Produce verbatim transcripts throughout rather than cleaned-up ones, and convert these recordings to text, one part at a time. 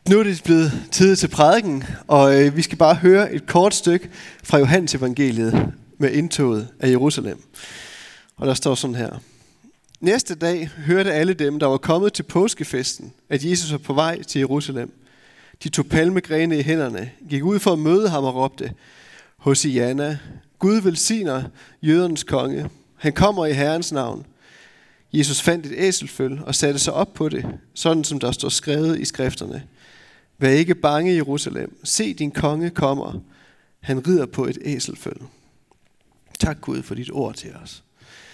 Nu er det blevet tid til prædiken, og øh, vi skal bare høre et kort stykke fra Johannes evangeliet med indtoget af Jerusalem. Og der står sådan her. Næste dag hørte alle dem, der var kommet til påskefesten, at Jesus var på vej til Jerusalem. De tog palmegrene i hænderne, gik ud for at møde ham og råbte, Hosianna, Gud velsigner jødernes konge. Han kommer i Herrens navn. Jesus fandt et æselføl og satte sig op på det, sådan som der står skrevet i skrifterne. Vær ikke bange, Jerusalem. Se, din konge kommer. Han rider på et æselføl. Tak Gud for dit ord til os.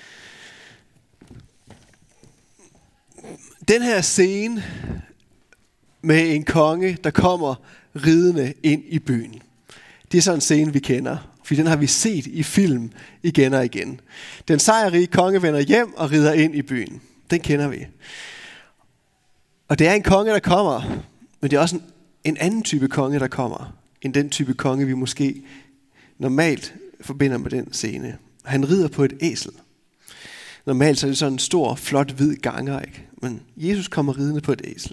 Den her scene med en konge, der kommer ridende ind i byen. Det er sådan en scene, vi kender, for den har vi set i film igen og igen. Den sejrrige konge vender hjem og rider ind i byen. Den kender vi. Og det er en konge, der kommer, men det er også en, en anden type konge, der kommer, end den type konge, vi måske normalt forbinder med den scene. Han rider på et æsel. Normalt så er det sådan en stor, flot, hvid ganger, ikke? Men Jesus kommer ridende på et æsel.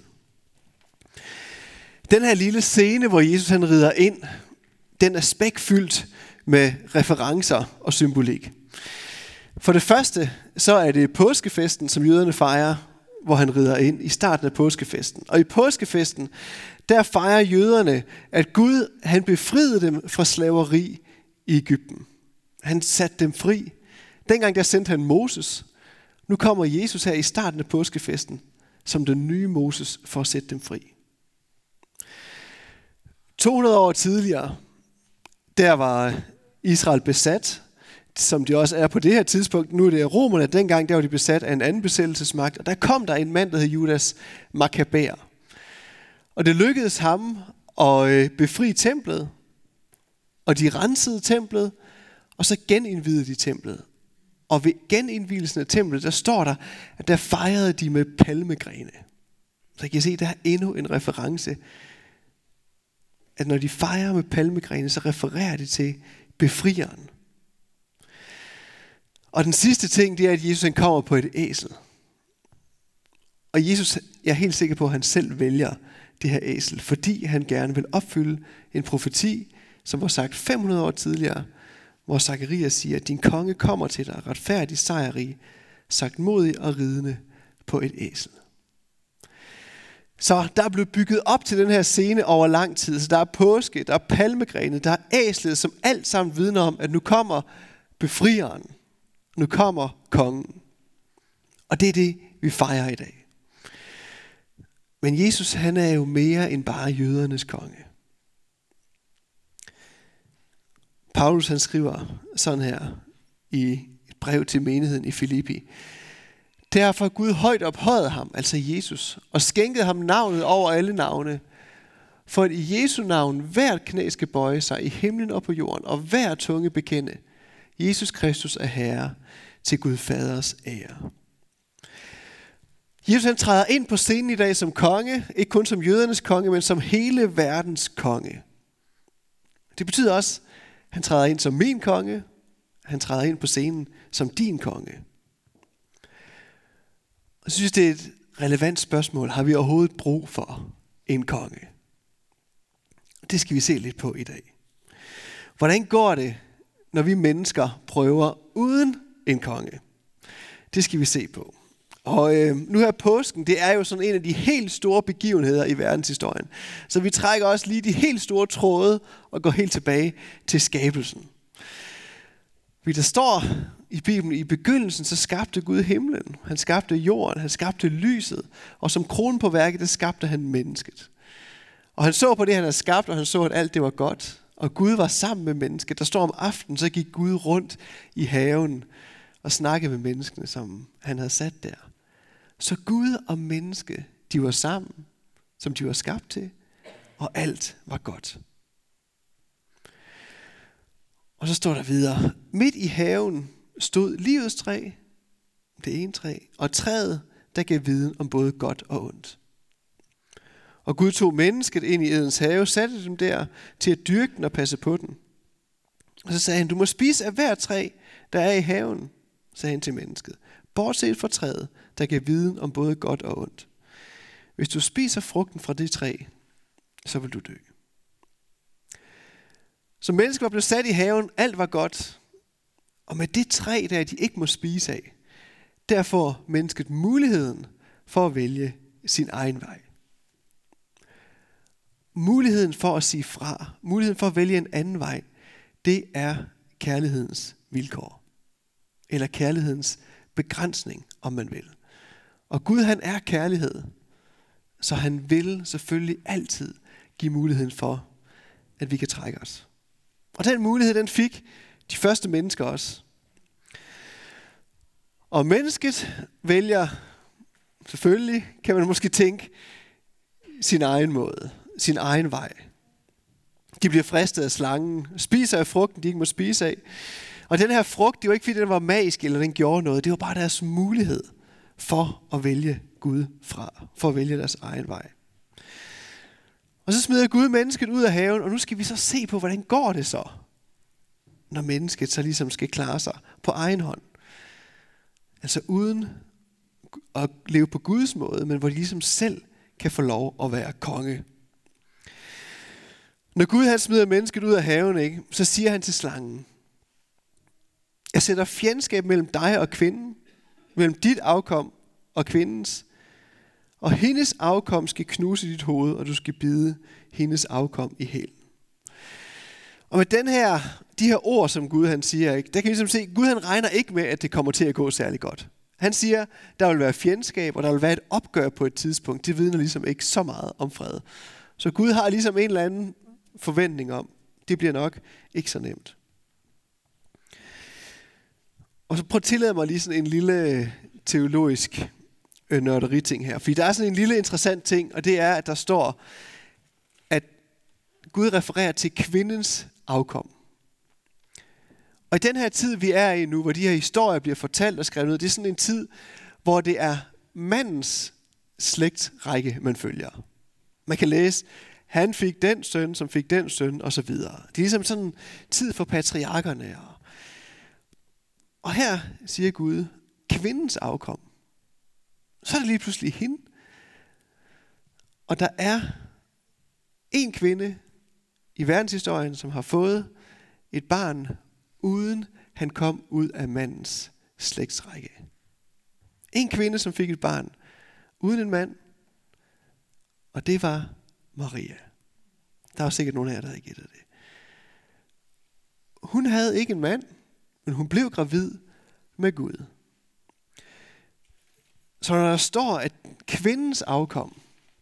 Den her lille scene, hvor Jesus han rider ind, den er spækfyldt med referencer og symbolik. For det første, så er det påskefesten, som jøderne fejrer, hvor han rider ind i starten af påskefesten. Og i påskefesten, der fejrer jøderne, at Gud han befriede dem fra slaveri i Egypten. Han satte dem fri. Dengang der sendte han Moses. Nu kommer Jesus her i starten af påskefesten, som den nye Moses for at sætte dem fri. to hundrede år tidligere, der var Israel besat, som de også er på det her tidspunkt. Nu er det romerne, dengang der var de besat af en anden besættelsesmagt, og der kom der en mand, der hed Judas Makkabæer. Og det lykkedes ham at befri templet, og de rensede templet, og så genindvidede de templet. Og ved genindvidelsen af templet, der står der, at der fejrede de med palmegrene. Så I kan se, der er endnu en reference, at når de fejrer med palmegrene, så refererer det til befrieren. Og den sidste ting, det er, at Jesus han kommer på et æsel. Og Jesus, jeg er helt sikker på, at han selv vælger det her æsel, fordi han gerne vil opfylde en profeti, som var sagt fem hundrede år tidligere, hvor Zakarias siger, at din konge kommer til dig, retfærdig, sejrrig, sagt modig og ridende på et æsel. Så der er blevet bygget op til den her scene over lang tid. Så der er påske, der er palmegrene, der er æslet, som alt sammen vidner om, at nu kommer befrieren. Nu kommer kongen. Og det er det, vi fejrer i dag. Men Jesus, han er jo mere end bare jødernes konge. Paulus, han skriver sådan her i et brev til menigheden i Filippi. Derfor har Gud højt ophøjet ham, altså Jesus, og skænket ham navnet over alle navne, for at i Jesu navn hvert knæ skal bøje sig i himlen og på jorden, og hver tunge bekende, Jesus Kristus er Herre, til Gud Faders ære. Jesus han træder ind på scenen i dag som konge, ikke kun som jødernes konge, men som hele verdens konge. Det betyder også, at han træder ind som min konge, han træder ind på scenen som din konge. Jeg synes, det er et relevant spørgsmål. Har vi overhovedet brug for en konge? Det skal vi se lidt på i dag. Hvordan går det, når vi mennesker prøver uden en konge? Det skal vi se på. Og øh, nu her påsken, det er jo sådan en af de helt store begivenheder i verdenshistorien. Så vi trækker også lige de helt store tråde og går helt tilbage til skabelsen. Fordi der står i Bibelen, i begyndelsen, så skabte Gud himlen. Han skabte jorden, han skabte lyset. Og som kronen på værket, der skabte han mennesket. Og han så på det, han havde skabt, og han så, at alt det var godt. Og Gud var sammen med mennesket. Der står om aftenen, så gik Gud rundt i haven og snakkede med menneskene, som han havde sat der. Så Gud og menneske, de var sammen, som de var skabt til, og alt var godt. Og så står der videre, midt i haven stod livets træ, det ene træ, og træet, der gav viden om både godt og ondt. Og Gud tog mennesket ind i Edens have, satte dem der til at dyrke den og passe på den. Og så sagde han, du må spise af hver træ, der er i haven, sagde han til mennesket. Bortset fra træet, der gav viden om både godt og ondt. Hvis du spiser frugten fra det træ, så vil du dø. Så mennesker var blevet sat i haven, alt var godt. Og med det træ, der de ikke må spise af, der får mennesket muligheden for at vælge sin egen vej. Muligheden for at sige fra, muligheden for at vælge en anden vej, det er kærlighedens vilkår. Eller kærlighedens begrænsning, om man vil. Og Gud, han er kærlighed, så han vil selvfølgelig altid give muligheden for, at vi kan trække os. Og den mulighed, den fik de første mennesker også. Og mennesket vælger, selvfølgelig kan man måske tænke, sin egen måde, sin egen vej. De bliver fristet af slangen, spiser af frugten, de ikke må spise af. Og den her frugt, det var ikke fordi den var magisk, eller den gjorde noget. Det var bare deres mulighed for at vælge Gud fra, for at vælge deres egen vej. Og så smider Gud mennesket ud af haven, og nu skal vi så se på, hvordan går det så, når mennesket så ligesom skal klare sig på egen hånd. Altså uden at leve på Guds måde, men hvor de ligesom selv kan få lov at være konge. Når Gud han smider mennesket ud af haven, ikke, så siger han til slangen, jeg sætter fjendskab mellem dig og kvinden, mellem dit afkom og kvindens, og hendes afkom skal knuse dit hoved, og du skal bide hendes afkom i hælen. Og med den her, de her ord, som Gud han siger, ikke, der kan vi ligesom se, Gud han regner ikke med, at det kommer til at gå særlig godt. Han siger, der vil være fjendskab, og der vil være et opgør på et tidspunkt. Det vidner ligesom ikke så meget om fred. Så Gud har ligesom en eller anden forventning om, det bliver nok ikke så nemt. Og så prøv at tillade mig lige sådan en lille teologisk nørderiting her. Fordi der er sådan en lille interessant ting, og det er, at der står, at Gud refererer til kvindens afkom. Og i den her tid, vi er i nu, hvor de her historier bliver fortalt og skrevet ned, det er sådan en tid, hvor det er mandens slægtsrække, man følger. Man kan læse, han fik den søn, som fik den søn, og så videre. Det er ligesom sådan en tid for patriarkerne. Og her siger Gud, kvindens afkom. Så er det lige pludselig hende. Og der er en kvinde i verdenshistorien, som har fået et barn, uden han kom ud af mandens slægtsrække. En kvinde, som fik et barn, uden en mand, og det var Maria. Der var sikkert nogen af jer, der havde gættet det. Hun havde ikke en mand, men hun blev gravid med Gud. Så når der står, at kvindens afkom,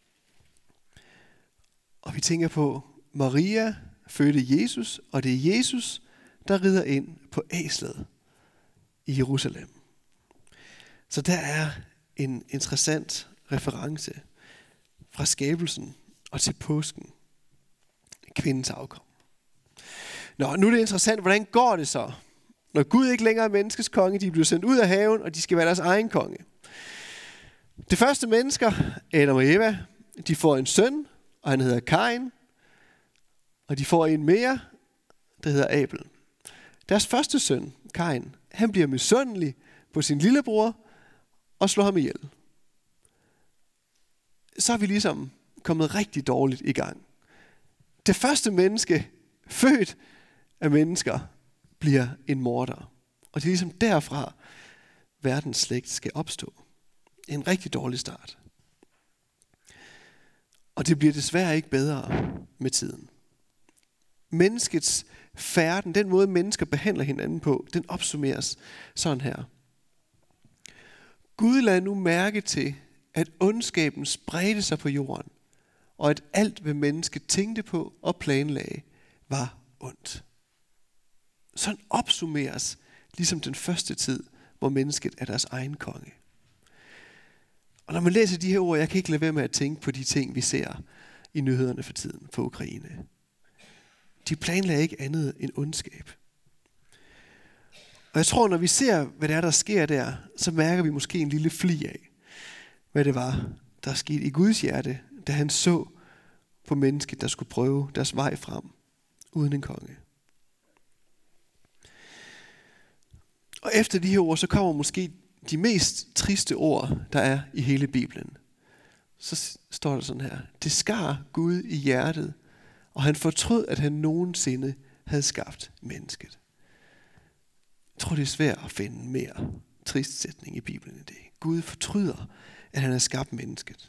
og vi tænker på, Maria fødte Jesus, og det er Jesus, der rider ind på æslet i Jerusalem. Så der er en interessant reference fra skabelsen og til påsken. Kvindens afkom. Nå, nu er det interessant, hvordan går det så? Når Gud ikke længere er menneskets konge, de bliver sendt ud af haven, og de skal være deres egen konge. De første mennesker, Adam og Eva, de får en søn, og han hedder Kain. Og de får en mere, der hedder Abel. Deres første søn, Kain, han bliver misundelig på sin lillebror og slår ham ihjel. Så er vi ligesom kommet rigtig dårligt i gang. Det første menneske, født af mennesker, bliver en morder. Og det er ligesom derfra, verdens slægt skal opstå. En rigtig dårlig start. Og det bliver desværre ikke bedre med tiden. Menneskets færden, den måde mennesker behandler hinanden på, den opsummeres sådan her. Gud lader nu mærke til, at ondskaben spredte sig på jorden, og at alt, hvad mennesket tænkte på og planlagde, var ondt. Sådan opsummeres ligesom den første tid, hvor mennesket er deres egen konge. Og når man læser de her ord, jeg kan ikke lade være med at tænke på de ting, vi ser i nyhederne for tiden for Ukraine. De planlagde ikke andet end ondskab. Og jeg tror, når vi ser, hvad det er, der sker der, så mærker vi måske en lille fli af, hvad det var, der skete i Guds hjerte, da han så på mennesket, der skulle prøve deres vej frem, uden en konge. Og efter de her ord, så kommer måske de mest triste ord, der er i hele Bibelen, så står der sådan her. Det skar Gud i hjertet, og han fortrød, at han nogensinde havde skabt mennesket. Jeg tror, det er svært at finde en mere trist sætning i Bibelen end det. Gud fortryder, at han har skabt mennesket.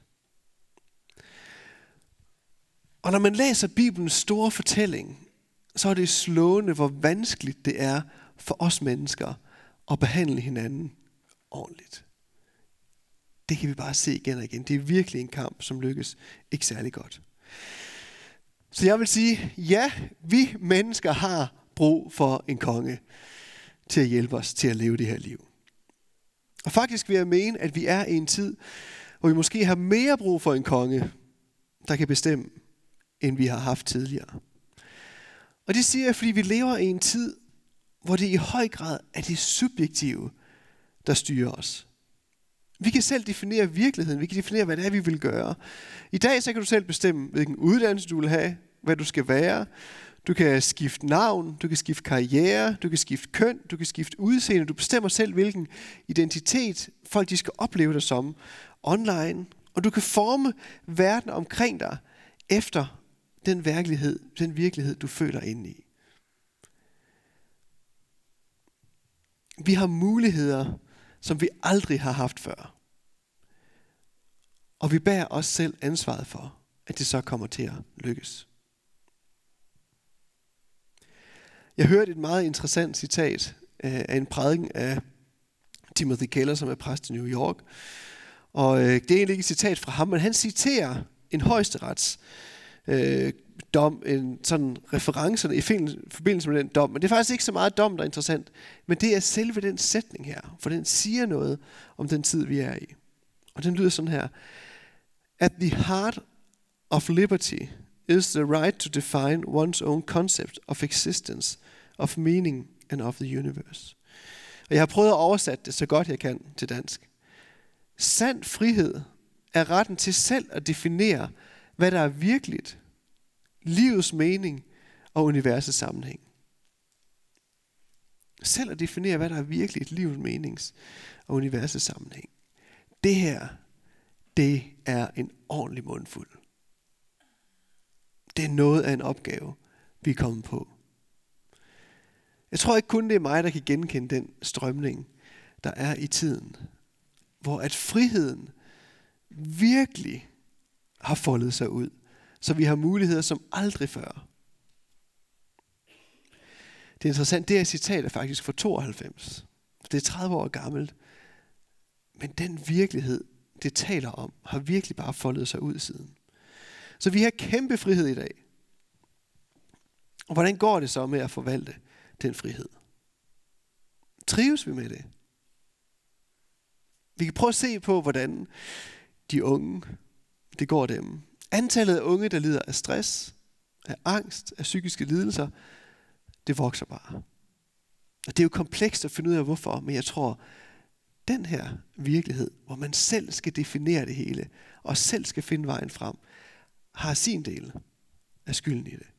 Og når man læser Bibelens store fortælling, så er det slående, hvor vanskeligt det er for os mennesker at behandle hinanden ordentligt. Det kan vi bare se igen og igen. Det er virkelig en kamp, som lykkes ikke særlig godt. Så jeg vil sige, ja, vi mennesker har brug for en konge til at hjælpe os til at leve det her liv. Og faktisk vil jeg mene, at vi er i en tid, hvor vi måske har mere brug for en konge, der kan bestemme, end vi har haft tidligere. Og det siger jeg, fordi vi lever i en tid, hvor det i høj grad er det subjektive, der styrer os. Vi kan selv definere virkeligheden. Vi kan definere, hvad det er, vi vil gøre. I dag så kan du selv bestemme, hvilken uddannelse du vil have, hvad du skal være. Du kan skifte navn, du kan skifte karriere, du kan skifte køn, du kan skifte udseende. Du bestemmer selv, hvilken identitet folk de skal opleve dig som online. Og du kan forme verden omkring dig efter den virkelighed, den virkelighed, du føler inde i. Vi har muligheder, som vi aldrig har haft før. Og vi bærer os selv ansvaret for, at det så kommer til at lykkes. Jeg hørte et meget interessant citat af en prædiken af Timothy Keller, som er præst i New York. Og det er egentlig ikke et citat fra ham, men han citerer en højesterets øh, dom, en sådan reference i forbindelse med den dom. Men det er faktisk ikke så meget dom, der er interessant, men det er selve den sætning her, for den siger noget om den tid, vi er i. Og den lyder sådan her. At the heart of liberty is the right to define one's own concept of existence, of meaning and of the universe. Og jeg har prøvet at oversætte det så godt jeg kan til dansk. Sand frihed er retten til selv at definere, hvad der er virkeligt, livets mening og universets sammenhæng. Selv at definere, hvad der er virkeligt, livets mening og universets sammenhæng. Det her, det er en ordentlig mundfuld. Det er noget af en opgave, vi er kommet på. Jeg tror ikke kun det er mig, der kan genkende den strømning, der er i tiden, hvor at friheden virkelig har foldet sig ud, så vi har muligheder som aldrig før. Det er interessant, det her citat er faktisk fra tooghalvfems. Det er tredive år gammelt. Men den virkelighed, det taler om, har virkelig bare foldet sig ud siden. Så vi har kæmpe frihed i dag. Og hvordan går det så med at forvalte den frihed? Trives vi med det? Vi kan prøve at se på, hvordan de unge, det går dem. Antallet af unge, der lider af stress, af angst, af psykiske lidelser, det vokser bare. Og det er jo komplekst at finde ud af, hvorfor, men jeg tror, den her virkelighed, hvor man selv skal definere det hele, og selv skal finde vejen frem, har sin del af skylden i det.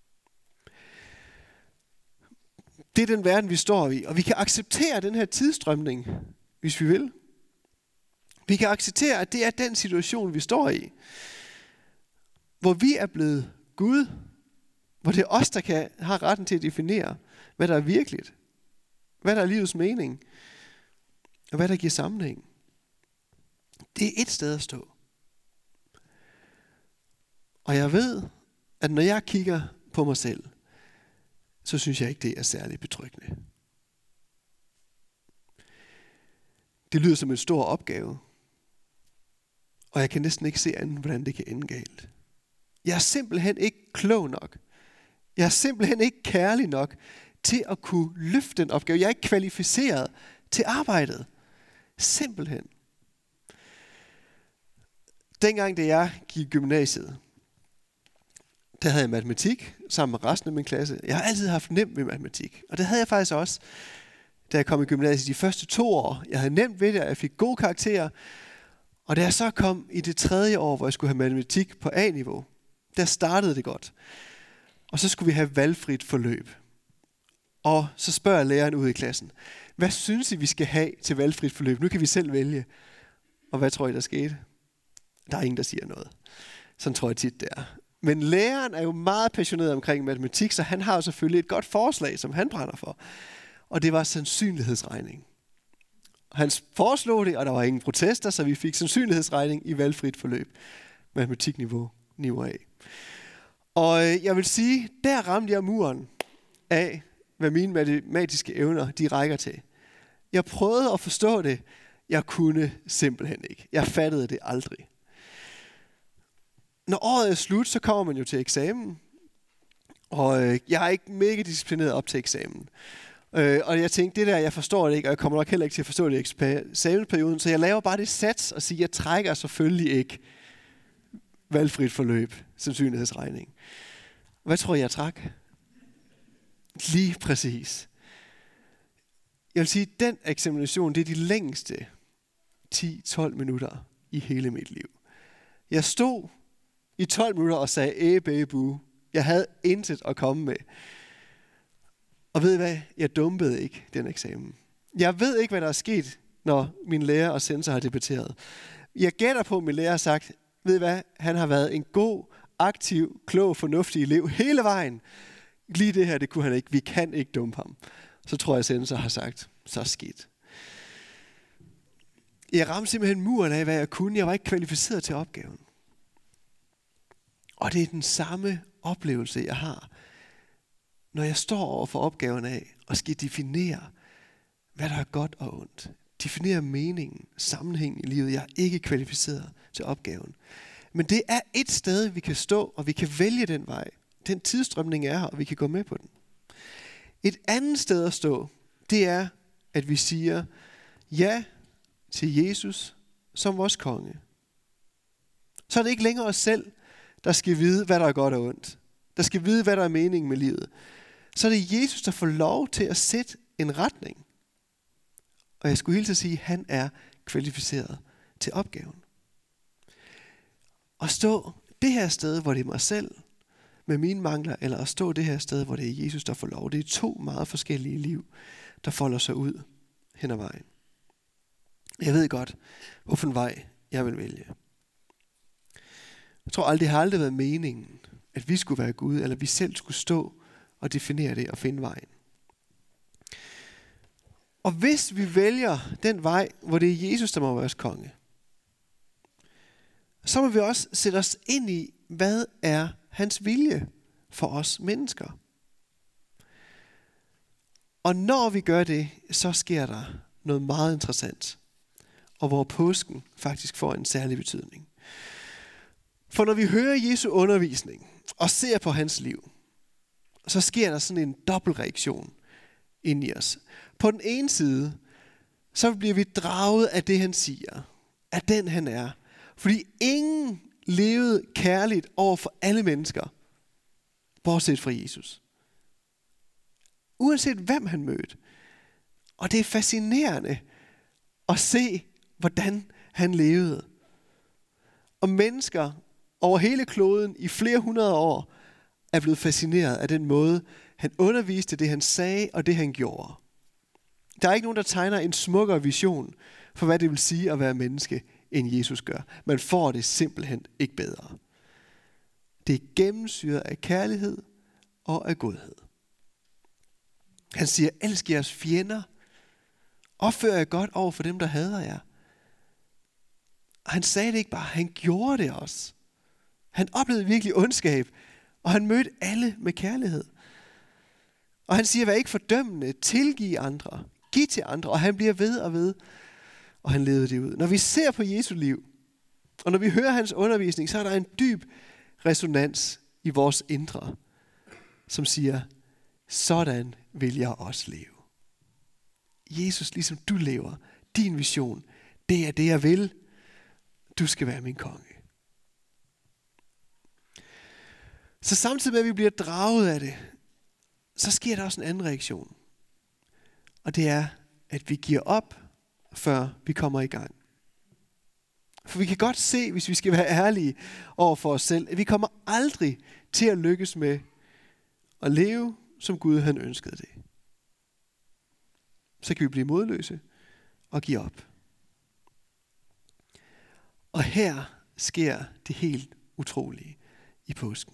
Det er den verden, vi står i, og vi kan acceptere den her tidsstrømning, hvis vi vil. Vi kan acceptere, at det er den situation, vi står i, hvor vi er blevet Gud, hvor det er os, der kan have retten til at definere, hvad der er virkeligt, hvad der er livets mening, og hvad der giver sammenhæng. Det er et sted at stå. Og jeg ved, at når jeg kigger på mig selv, så synes jeg ikke, det er særlig betryggende. Det lyder som en stor opgave, og jeg kan næsten ikke se andet, hvordan det kan ende galt. Jeg er simpelthen ikke klog nok. Jeg er simpelthen ikke kærlig nok til at kunne løfte den opgave. Jeg er ikke kvalificeret til arbejdet. Simpelthen. Dengang, da jeg gik i gymnasiet, der havde jeg matematik sammen med resten af min klasse. Jeg har altid haft nemt med matematik. Og det havde jeg faktisk også, da jeg kom i gymnasiet de første to år. Jeg havde nemt ved det, og jeg fik gode karakterer. Og da jeg så kom i det tredje år, hvor jeg skulle have matematik på A-niveau, der startede det godt. Og så skulle vi have valgfrit forløb. Og så spørger læreren ud i klassen, hvad synes I, vi skal have til valgfrit forløb? Nu kan vi selv vælge. Og hvad tror I, der skete? Der er ingen, der siger noget. Sådan tror jeg tit, det er. Men læreren er jo meget passioneret omkring matematik, så han har jo selvfølgelig et godt forslag, som han brænder for. Og det var sandsynlighedsregning. Han foreslog det, og der var ingen protester, så vi fik sandsynlighedsregning i valgfrit forløb. Matematikniveau niveau A. Og jeg vil sige, der ramte jeg muren af, hvad mine matematiske evner de rækker til. Jeg prøvede at forstå det. Jeg kunne simpelthen ikke. Jeg fattede det aldrig. Når året er slut, så kommer man jo til eksamen. Og jeg er ikke mega disciplineret op til eksamen. Og jeg tænkte, det der, jeg forstår det ikke, og jeg kommer nok heller ikke til at forstå det i eksamensperioden, så jeg laver bare det sats og siger, jeg trækker selvfølgelig ikke valgfrit forløb, sandsynlighedsregning. Hvad tror jeg, jeg trak? Lige præcis. Jeg vil sige, at den eksamination, det er de længste ti til tolv minutter i hele mit liv. Jeg stod i tolv minutter og sagde, æh, bæbu. Jeg havde intet at komme med. Og ved I hvad? Jeg dumpede ikke den eksamen. Jeg ved ikke, hvad der er sket, når min lærer og sensor har debatteret. Jeg gætter på, at min lærer har sagt, ved I hvad? Han har været en god, aktiv, klog, fornuftig elev hele vejen. Lige det her, det kunne han ikke. Vi kan ikke dumpe ham. Så tror jeg, at sensor har sagt, så skidt. Jeg ramte simpelthen muren af, hvad jeg kunne. Jeg var ikke kvalificeret til opgaven. Og det er den samme oplevelse, jeg har, når jeg står over for opgaven af og skal definere, hvad der er godt og ondt. Definere meningen, sammenhængen i livet. Jeg er ikke kvalificeret til opgaven. Men det er et sted, vi kan stå, og vi kan vælge den vej. Den tidsstrømning er her, og vi kan gå med på den. Et andet sted at stå, det er, at vi siger ja til Jesus som vores konge. Så er det ikke længere os selv, der skal vide, hvad der er godt og ondt. Der skal vide, hvad der er meningen med livet. Så er det Jesus, der får lov til at sætte en retning. Og jeg skulle hilse at sige, at han er kvalificeret til opgaven. At stå det her sted, hvor det er mig selv, med mine mangler, eller at stå det her sted, hvor det er Jesus, der får lov. Det er to meget forskellige liv, der folder sig ud hen ad vejen. Jeg ved godt, hvorfor en vej jeg vil vælge. Jeg tror aldrig, det har aldrig været meningen, at vi skulle være Gud, eller vi selv skulle stå og definere det og finde vejen. Og hvis vi vælger den vej, hvor det er Jesus, der må være vores konge, så må vi også sætte os ind i, hvad er hans vilje for os mennesker. Og når vi gør det, så sker der noget meget interessant, og hvor påsken faktisk får en særlig betydning. For når vi hører Jesu undervisning og ser på hans liv, så sker der sådan en dobbeltreaktion ind i os. På den ene side, så bliver vi draget af det, han siger, af den han er. Fordi ingen levede kærligt over for alle mennesker, bortset fra Jesus. Uanset hvem han mødte. Og det er fascinerende at se, hvordan han levede. Og mennesker over hele kloden i flere hundrede år er blevet fascineret af den måde, han underviste, det han sagde og det han gjorde. Der er ikke nogen, der tegner en smukkere vision for, hvad det vil sige at være menneske, end Jesus gør. Man får det simpelthen ikke bedre. Det er gennemsyret af kærlighed og af godhed. Han siger, elsk jeres fjender. Opfør jer godt over for dem, der hader jer. Og han sagde det ikke bare, han gjorde det også. Han oplevede virkelig ondskab, og han mødte alle med kærlighed. Og han siger, vær ikke fordømmende, tilgiv andre, giv til andre, og han bliver ved og ved, og han levede det ud. Når vi ser på Jesu liv, og når vi hører hans undervisning, så er der en dyb resonans i vores indre, som siger, sådan vil jeg også leve. Jesus, ligesom du lever, din vision, det er det, jeg vil. Du skal være min konge. Så samtidig med, at vi bliver draget af det, så sker der også en anden reaktion. Og det er, at vi giver op, før vi kommer i gang. For vi kan godt se, hvis vi skal være ærlige over for os selv, at vi kommer aldrig til at lykkes med at leve, som Gud han ønskede det. Så kan vi blive modløse og give op. Og her sker det helt utrolige i påsken.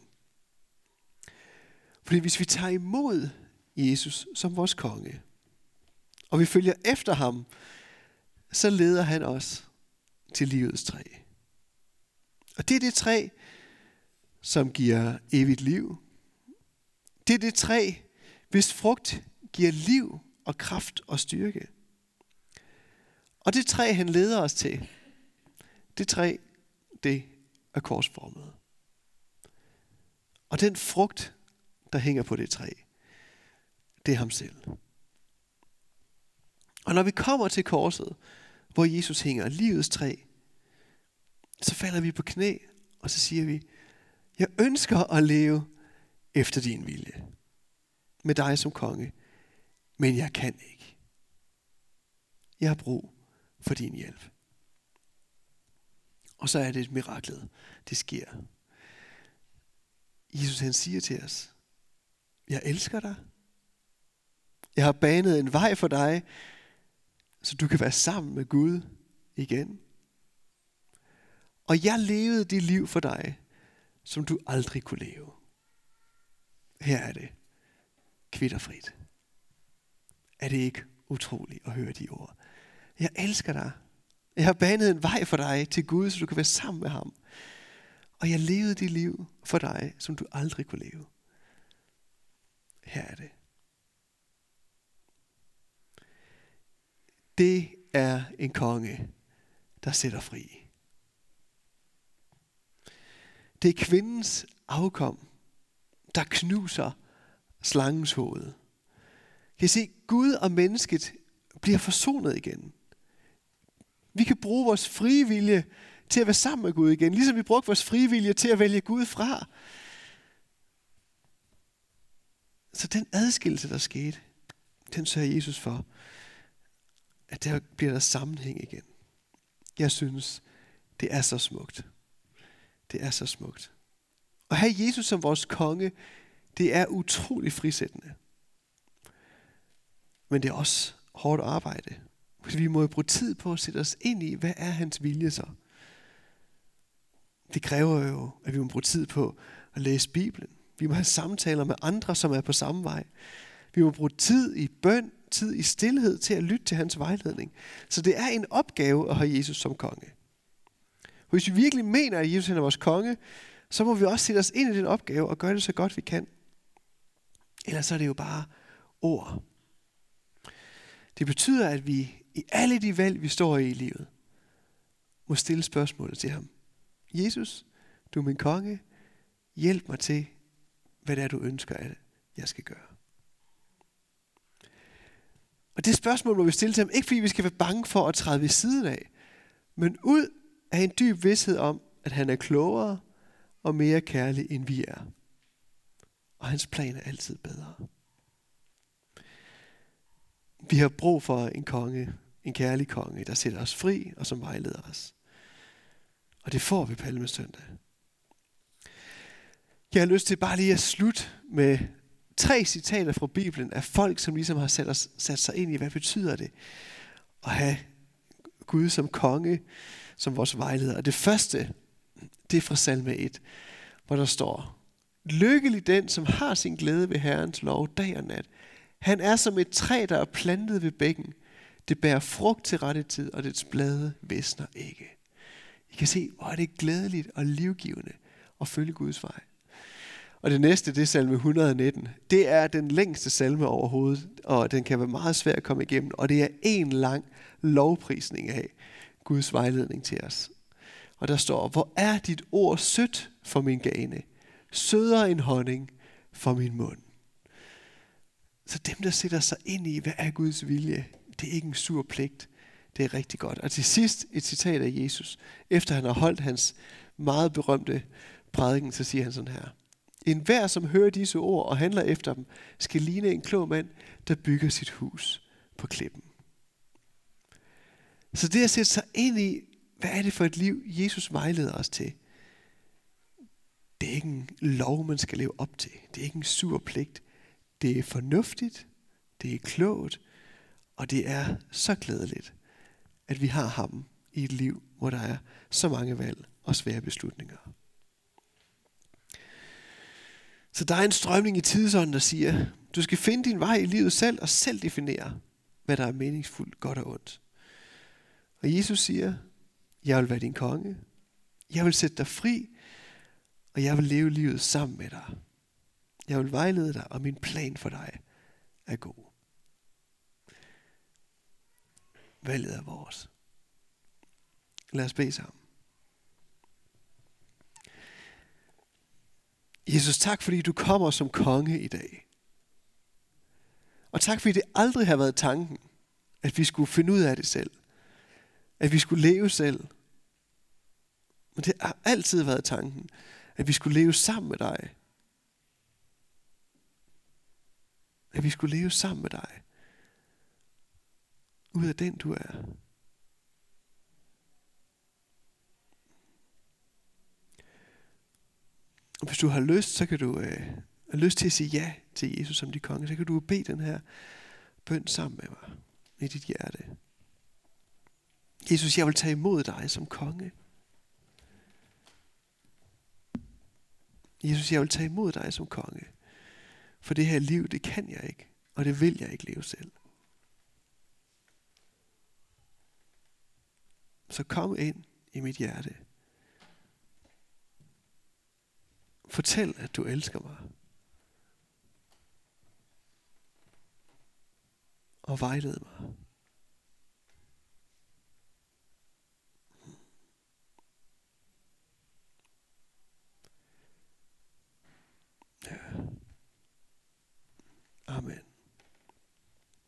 Fordi hvis vi tager imod Jesus som vores konge, og vi følger efter ham, så leder han os til livets træ. Og det er det træ, som giver evigt liv. Det er det træ, hvis frugt giver liv og kraft og styrke. Og det træ, han leder os til, det træ, det er korsformet. Og den frugt, der hænger på det træ, det er ham selv. Og når vi kommer til korset, hvor Jesus hænger livets træ, så falder vi på knæ, og så siger vi, jeg ønsker at leve efter din vilje, med dig som konge, men jeg kan ikke. Jeg har brug for din hjælp. Og så er det et mirakel, det sker. Jesus han siger til os, jeg elsker dig. Jeg har banet en vej for dig, så du kan være sammen med Gud igen. Og jeg levede det liv for dig, som du aldrig kunne leve. Her er det kvitterfrit. Er det ikke utroligt at høre de ord? Jeg elsker dig. Jeg har banet en vej for dig til Gud, så du kan være sammen med ham. Og jeg levede det liv for dig, som du aldrig kunne leve. Her er det. Det er en konge, der sætter fri. Det er kvindens afkom, der knuser slangens hoved. Kan I se, Gud og mennesket bliver forsonet igen. Vi kan bruge vores frie vilje til at være sammen med Gud igen, ligesom vi brugte vores frie vilje til at vælge Gud fra. Så den adskillelse, der skete, den sørger Jesus for, at der bliver der sammenhæng igen. Jeg synes, det er så smukt. Det er så smukt. At have Jesus som vores konge, det er utrolig frisættende. Men det er også hårdt arbejde. Vi må jo bruge tid på at sætte os ind i, hvad er hans vilje så? Det kræver jo, at vi må bruge tid på at læse Bibelen. Vi må have samtaler med andre, som er på samme vej. Vi må bruge tid i bøn, tid i stilhed til at lytte til hans vejledning. Så det er en opgave at have Jesus som konge. Hvis vi virkelig mener, at Jesus er vores konge, så må vi også sætte os ind i den opgave og gøre det så godt vi kan. Ellers så er det jo bare ord. Det betyder, at vi i alle de valg, vi står i i livet, må stille spørgsmålet til ham. Jesus, du er min konge. Hjælp mig til, hvad det er, du ønsker, at jeg skal gøre. Og det spørgsmål må vi stille til ham, ikke fordi vi skal være bange for at træde ved siden af, men ud af en dyb vidsthed om, at han er klogere og mere kærlig, end vi er. Og hans plan er altid bedre. Vi har brug for en konge, en kærlig konge, der sætter os fri og som vejleder os. Og det får vi palmesøndag. Jeg har lyst til bare lige at slutte med tre citater fra Bibelen af folk, som ligesom har sat, os, sat sig ind i, hvad betyder det at have Gud som konge, som vores vejleder. Og det første, det er fra salme et, hvor der står, lykkelig den, som har sin glæde ved Herrens lov dag og nat. Han er som et træ, der er plantet ved bækken. Det bærer frugt til rette tid, og dets blade visner ikke. I kan se, hvor er det glædeligt og livgivende at følge Guds vej. Og det næste, det er salme et hundrede og nitten. Det er den længste salme overhovedet, og den kan være meget svær at komme igennem. Og det er en lang lovprisning af Guds vejledning til os. Og der står, hvor er dit ord sødt for min gane, sødere end honning for min mund. Så dem, der sætter sig ind i, hvad er Guds vilje, det er ikke en sur pligt. Det er rigtig godt. Og til sidst et citat af Jesus. Efter han har holdt hans meget berømte prædiken, så siger han sådan her. En hver, som hører disse ord og handler efter dem, skal ligne en klog mand, der bygger sit hus på klippen. Så det at sætte sig ind i, hvad er det for et liv, Jesus vejleder os til, det er ikke en lov, man skal leve op til. Det er ikke en sur pligt. Det er fornuftigt, det er klogt, og det er så glædeligt, at vi har ham i et liv, hvor der er så mange valg og svære beslutninger. Så der er en strømning i tidsånden, der siger, du skal finde din vej i livet selv, og selv definere, hvad der er meningsfuldt, godt og ondt. Og Jesus siger, jeg vil være din konge, jeg vil sætte dig fri, og jeg vil leve livet sammen med dig. Jeg vil vejlede dig, og min plan for dig er god. Valget er vores. Lad os bede sammen. Jesus, tak fordi du kommer som konge i dag. Og tak fordi det aldrig har været tanken, at vi skulle finde ud af det selv. At vi skulle leve selv. Men det har altid været tanken, at vi skulle leve sammen med dig. At vi skulle leve sammen med dig. Ud af den du er. Og hvis du har lyst, så kan du øh, have lyst til at sige ja til Jesus som din konge. Så kan du bede den her bøn sammen med mig i dit hjerte. Jesus, jeg vil tage imod dig som konge. Jesus, jeg vil tage imod dig som konge. For det her liv, det kan jeg ikke. Og det vil jeg ikke leve selv. Så kom ind i mit hjerte. Fortæl, at du elsker mig. Og vejled mig.